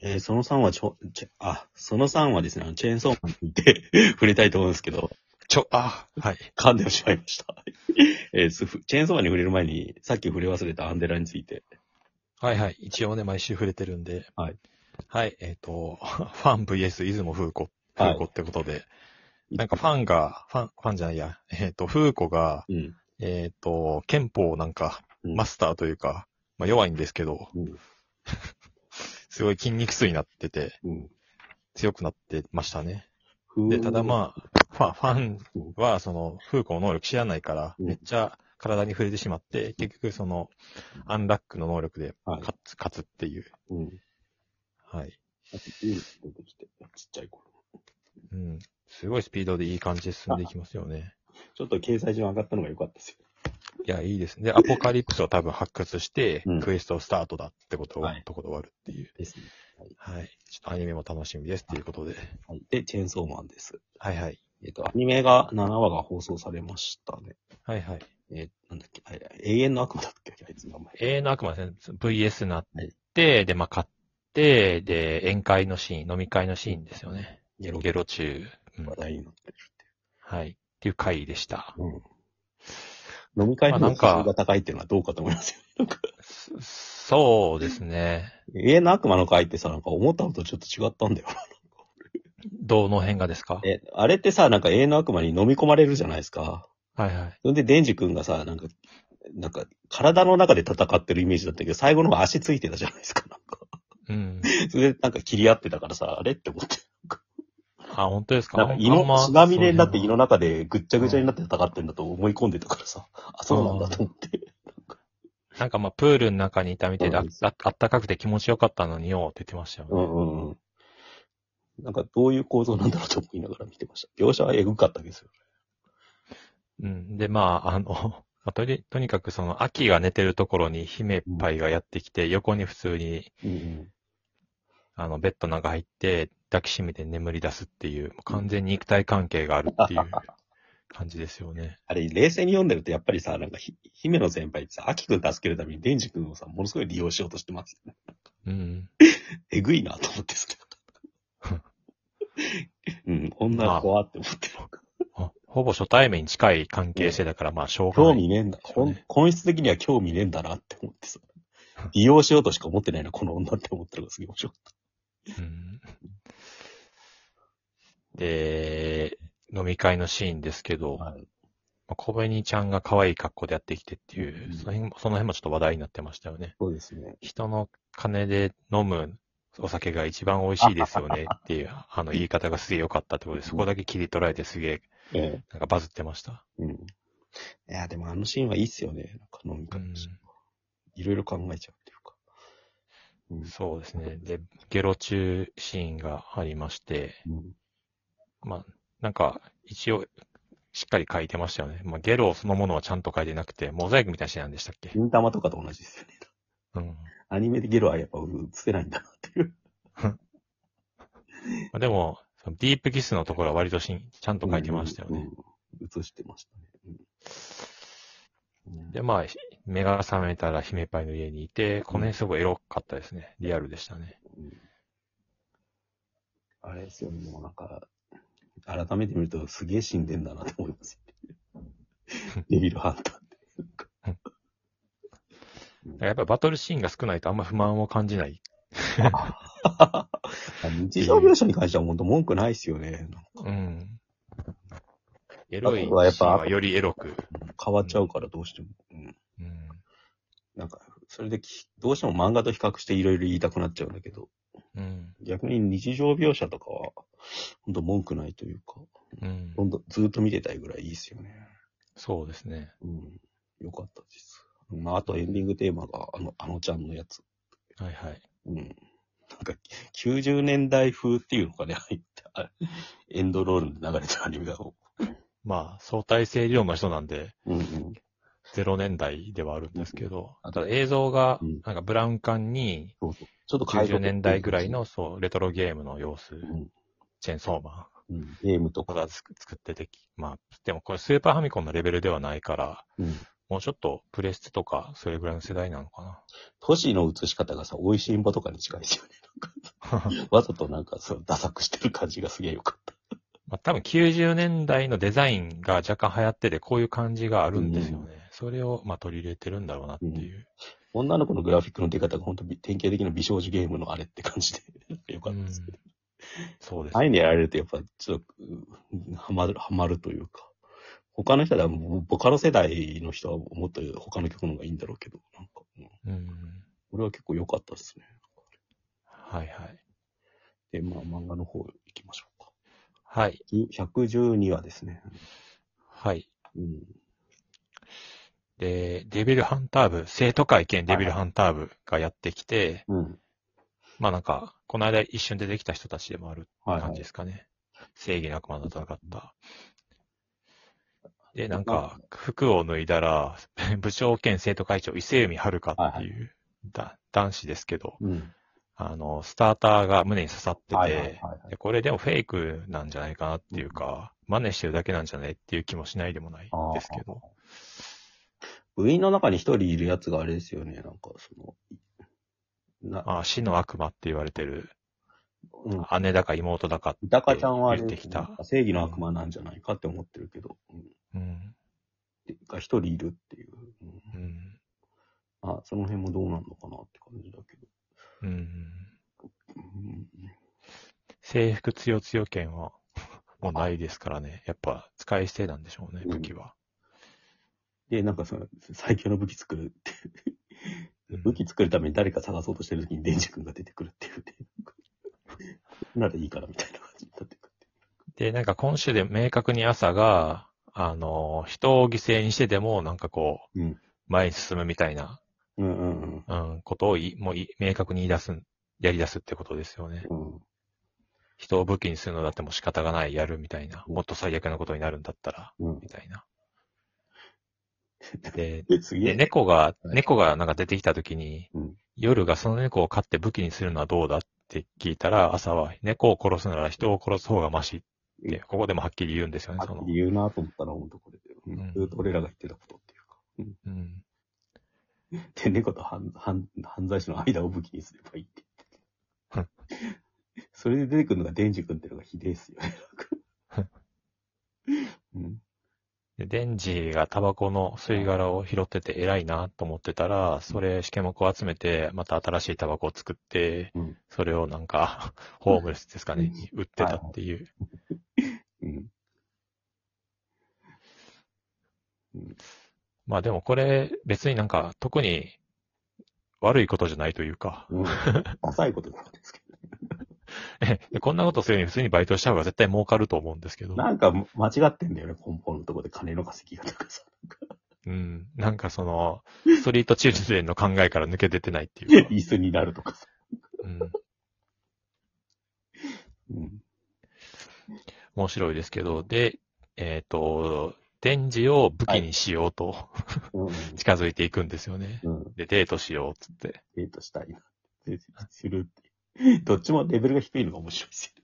その3はその3はですね、チェーンソーマンについて触れたいと思うんですけど、 はい。 噛んでしまいました。チェーンソーマンに触れる前に、さっき触れ忘れたアンデラについて。 はいはい。一応ね、毎週触れてるんで。 はい。 はい。ファン VS 出雲風子ってことで、なんかファンじゃないや、風子が、 うん。 憲法なんか、マスターというか、まあ弱いんですけど、 うん。 すごい筋肉痛になってて、 うん。 強くなってましたね。 ふで、ただまあ、ファンうん。 は、その、風子の能力知らないから、 うんめっちゃ体に触れてしまって、結局その、アンラックの能力ではい。 勝つっていう。 うん。 はい。 あと、出てきて、ちっちゃい頃。 うん。すごいスピードでいい感じで進んでいきますよね。 ちょっと掲載順上がったのが良かったですよ。 いや、いいですね。で、アポカリプスを多分発掘して、 うんクエストスタートだってことを、 はいとこで終わるっていう。 ですね。はい。 はい。ちょっとアニメも楽しみですっていうことで。 はい。で、チェーンソーマンです。 はいはい。 アニメが7話が放送されましたね。 はいはい。 なんだっけ、永遠の悪魔だっけ、あいつの名前。 永遠の悪魔ですね。VS なっはい。 て、で、まあ、買って、で、宴会のシーン、飲み会のシーンですよね。 ゲロゲロ中。うん話題になってるっはい。っていう回でした。 ていう。うん。飲み会まあの方がなんか、 高いっていうのはどうかと思いますよ。なんかそうですね。 永遠の悪魔の回ってさ、なんか思ったのとちょっと違ったんだよな。 どの辺がですか？ あれってさ、なんか永遠の悪魔に飲み込まれるじゃないですか。 はいはい。 それでデンジ君がさ、なんか、体の中で戦ってるイメージだったけど、最後の方足ついてたじゃないですか、なんか。 うん。 それでなんか切り合ってたからさ、あれって思って。 あ、本当ですか？ なんか血まみれになって胃の中でぐっちゃぐちゃになって戦ってんだと思い込んでたからさ、あ、そうなんだと思って。 なんかまあ、プールの中にいたみたいで、 うんあったかくて気持ちよかったのによって言ってましたよね。 うんうんうん。なんかどういう構造なんだろうと思いながら見てました。描写はエグかったですよ。 うん。で、まあ、とにかくその、秋が寝てるところに姫パイがやってきて、横に普通に、 うんベッドの中入って、抱きしめて眠り出すっていう、もう完全に肉体関係があるっていう感じですよね。 あれ、冷静に読んでるとやっぱりさ、なんか姫野先輩ってさ、秋くん助けるためにデンジ君をさ、ものすごい利用しようとしてますよね。 うん。 えぐいなと思ってすけど。うん、女ま怖って思ってる。 ほぼ初対面に近い関係性だから、まあ、しょうがない。 興味ねえんだ。 でしょうね本質的には興味ねえんだなって思ってさ。利用しようとしか思ってないな、この女って思ってるのがすげえ面白かっうん。で、飲み会のシーンですけど、 た。はい。 まあ小紅ちゃんが可愛い格好でやってきてっていう、 うんその辺もちょっと話題になってましたよね。 そうですね。 人の金で飲むお酒が一番美味しいですよねっていう、言い方がすげえ良かったってことで、そこだけ切り取られてすげえ、 ええ。 なんかバズってました。 うん。いや、でもあのシーンはいいっすよね。なんか飲み会のシーン。いろいろ考えちゃうっていうか。うん。 そうですね。で、ゲロ中シーンがありまして、 うん。 まあ、なんか、一応、しっかり書いてましたよね。まあ、ゲロそのものはちゃんと書いてなくて、モザイクみたいなシーンなんでしたっけ？ 銀玉とかと同じですよね。 うん。 アニメでゲロはやっぱ映せないんだなっていう。 まあでも、そのディープキスのところは割とちゃんと書いてましたよね。 映してましたね。うんで、まあ、目が覚めたら姫パイの家にいて、この辺すごいエロかったですね。リアルでしたね。 うんあれですよね、もうなんか、改めて見るとすげえ死んでんだなと思いますよね。デビルハンターって。 やっぱりバトルシーンが少ないとあんま不満を感じない。 日常描写に関しては本当文句ないっすよね。 うん。エロいシあとはやっぱーンはよりエロく。 変わっちゃうからどうしても。 うん。 なんか、それでどうしても漫画と比較していろいろ言いたくなっちゃうんだけど、 うん。 逆に日常描写とかは、本当文句ないというか、 うん。 どんどんずっと見てたいぐらいいいっすよね。 そうですね。 よかったです。まあ、あとエンディングテーマが、あのちゃんのやつ。 はいはい。 なんか、90年代風っていうのかね、入ったエンドロールで流れてるアニメが。 まあ、相対性理論の人なんで、 うんうん。 0年代ではあるんですけど、 うんただ映像がうん、 なんかブラウン管に、 そうそう。ちょっと変えと 90 け年代ぐらいの、そう、レトロゲームの様子、 うんチェーンソーマゲームとン、まか。 だ作っててまあ、でもこれスーパーファミコンのレベルではないから、 うん。 もうちょっとプレステとか、それぐらいの世代なのかな。 都市の映し方がさ、美味しいんぼとかに近いですよね。 わざとなんかそう、ダサくしてる感じがすげえ良かった。 まあ、多分90年代のデザインが若干流行ってて、こういう感じがあるんですよね。それを、まあ、取り入れてるんだろうなっていう。 女の子のグラフィックの出方が本当典型的な美少女ゲームのあれって感じで良かったですけど。 そうですああいうのやられるとやっぱちょっと、ハマるというか。他の人はボカロ世代の人はもっと他の曲の方がいいんだろうけど、なんか、俺は結構良かったですね。 はいはい。 で、まあ漫画の方行きましょうか。 はい。 112話ですね。 はい。 うん。 で、デビルハンター部、生徒会兼デビルハンター部がやってきて、 うん。 まあなんか、この間一瞬出てきた人たちでもあるはい、 感じですかね。正義の悪魔と戦った。で、なんか、服を脱いだら、部長兼生徒会長、伊勢海遥っていう、男子ですけど、 うん。 スターターが胸に刺さってはいはいはいてはい、 でこれでもフェイクなんじゃないかなっていうか、真似してるだけなんじゃないっていう気もしないでもないですけど。 部員の中に一人いるやつがあれですよね、なんか死の悪魔って言われてる、 うん。 姉だか妹だかって豊ちゃんはあれ言ってきた。 正義の悪魔なんじゃないかって思ってるけど、が一人いるっていう。その辺もどうなんのかなって感じだけど。 制服強強権はもうないですからね。やっぱ使い捨てなんでしょうね、武器は。 で、なんか最強の武器作るって。武器作るために誰か探そうとしてるときにデンジ君が出てくるっていうね。ならいいからみたいな感じになってくる。 で、なんか今週で明確に朝が、人を犠牲にしてでも、なんかこう、前に進むみたいな、ことをもう明確にやり出すってことですよね。人を武器にするのだっても仕方がない、やるみたいな。もっと最悪なことになるんだったら、みたいな。で、猫がなんか出てきたときに、夜がその猫を飼って武器にするのはどうだって聞いたら、朝は猫を殺すなら人を殺す方がマシって、ここでもはっきり言うんですよね、 はっきり言うなと思ったら、本当これで。ずっと俺らが言ってたことっていうか。で、猫と犯罪者の間を武器にすればいいって言ってて。それで出てくるのがデンジ君ってのがひでえっすよね。 で、デンジがタバコの吸い殻を拾ってて偉いなと思ってたら、それ、試験目を集めて、また新しいタバコを作って、それをなんか、ホームレスですかね、に売ってたっていう。まあでもこれ、別になんか、特に悪いことじゃないというか。 浅いことなんですけど。 こんなことするより普通にバイトした方が絶対儲かると思うんですけど。 なんか間違ってんだよね、根本のところで金の稼ぎ方がさ。 なんかストリートチルドレンの考えから抜け出てないっていうか。 椅子になるとかさ。 面白いですけど、で、デンジを武器にしようと、近づいていくんですよね。で、デートしようっつって。 デートしたいな。するって。どっちもレベルが低いのが面白いです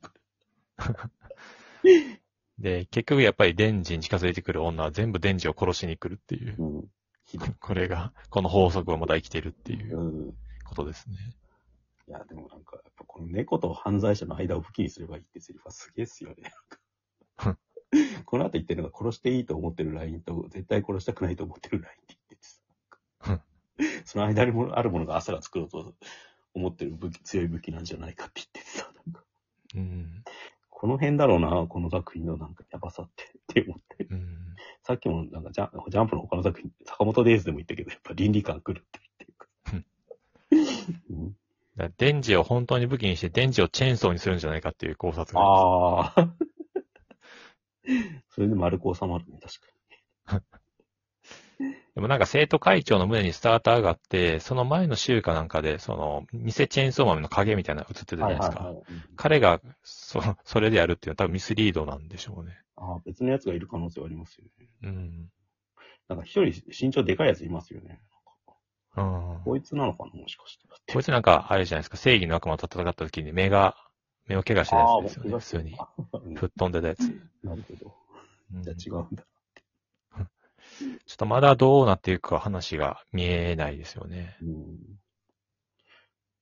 よね。で、結局やっぱりデンジに近づいてくる女は全部デンジを殺しに来るっていう。この法則はまだ生きてるっていうことですね。 いや、でもなんか、やっぱこの猫と犯罪者の間を武器にすればいいってセリフはすげえっすよね。この後言ってるのが殺していいと思ってるラインと、絶対殺したくないと思ってるラインって言っててさ。その間にあるものが朝が作ろうと思ってる強い武器なんじゃないかって言っててさ。この辺だろうな、この作品のなんかやばさって思って。さっきもなんかジャンプの他の作品、坂本デイズでも言ったけど、やっぱ倫理観来るって言ってる。 デンジを本当に武器にして、デンジをチェーンソーにするんじゃないかっていう考察があります。 それで丸く収まるね、確かに。 でもなんか生徒会長の胸にスターターがあって、その前の週かなんかで、偽チェーンソーマンの影みたいなの映ってたじゃないですか。彼がそれでやるっていうのは多分ミスリードなんでしょうね。 別のやつがいる可能性はありますよね。なんか一人身長でかいやついますよね。こいつなのかな、もしかして。 こいつなんか、あれじゃないですか、正義の悪魔と戦った時に目を怪我したやつですよね、普通に。吹っ飛んでたやつ。 なるほど。じゃあ違うんだ。 ちょっとまだどうなっていくか話が見えないですよね。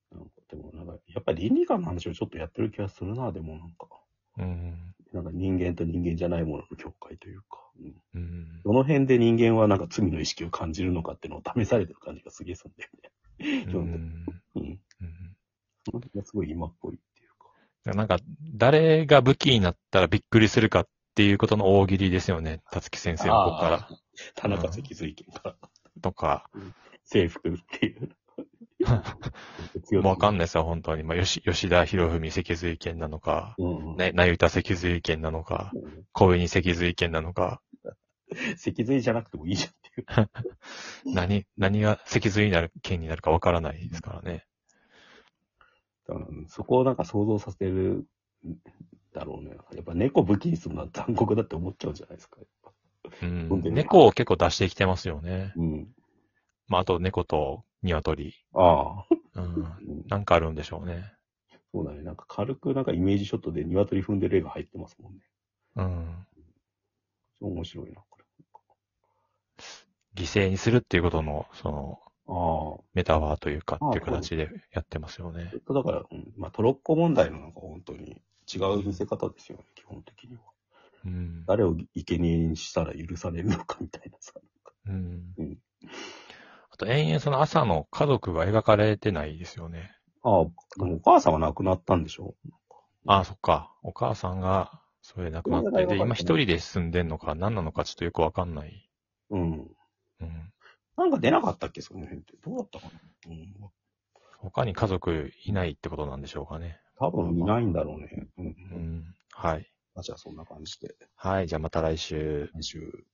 でもなんか、やっぱり倫理観の話をちょっとやってる気がするな、でもなんか。なんか人間と人間じゃないものの境界というか。どの辺で人間はなんか罪の意識を感じるのかっていうのを試されてる感じがすげえするんだよね。読んで。その時がすごい今っぽいっていうか。なんか、誰が武器になったらびっくりするかっていうことの大喜利ですよね。たつき先生のここから。 田中脊髄剣から。 とか。 制服っていう。 もうわかんないですよ、本当に。まあ、吉田博文脊髄剣なのか、なゆた脊髄剣なのか、小上に脊髄剣なのか。 脊髄じゃなくてもいいじゃんっていう。 何が脊髄になる剣になるかわからないですからね。 そこをなんか想像させるだろうね。やっぱ猫武器にするのは残酷だって思っちゃうんじゃないですか。 猫を結構出してきてますよね。まあ、あと猫と鶏。なんかあるんでしょうね。 そうだね。なんか軽くなんかイメージショットで鶏踏んでる絵が入ってますもんね。面白いな、これ。 犠牲にするっていうことの、メタファーというかっていう形でやってますよね。 だから、まあトロッコ問題のなんか本当に違う見せ方ですよね、基本的には。誰を生贄にしたら許されるのかみたいなさ。 あと延々その朝の家族が描かれてないですよね。 でもお母さんは亡くなったんでしょ？ そっか。お母さんが、それで亡くなって、で、今一人で住んでんのか何なのかちょっとよくわかんない。 なんか出なかったっけ、その辺って。どうだったかな。 他に家族いないってことなんでしょうかね。 多分いないんだろうね。 はい。 じゃあそんな感じで。 はい、じゃあまた来週。 来週。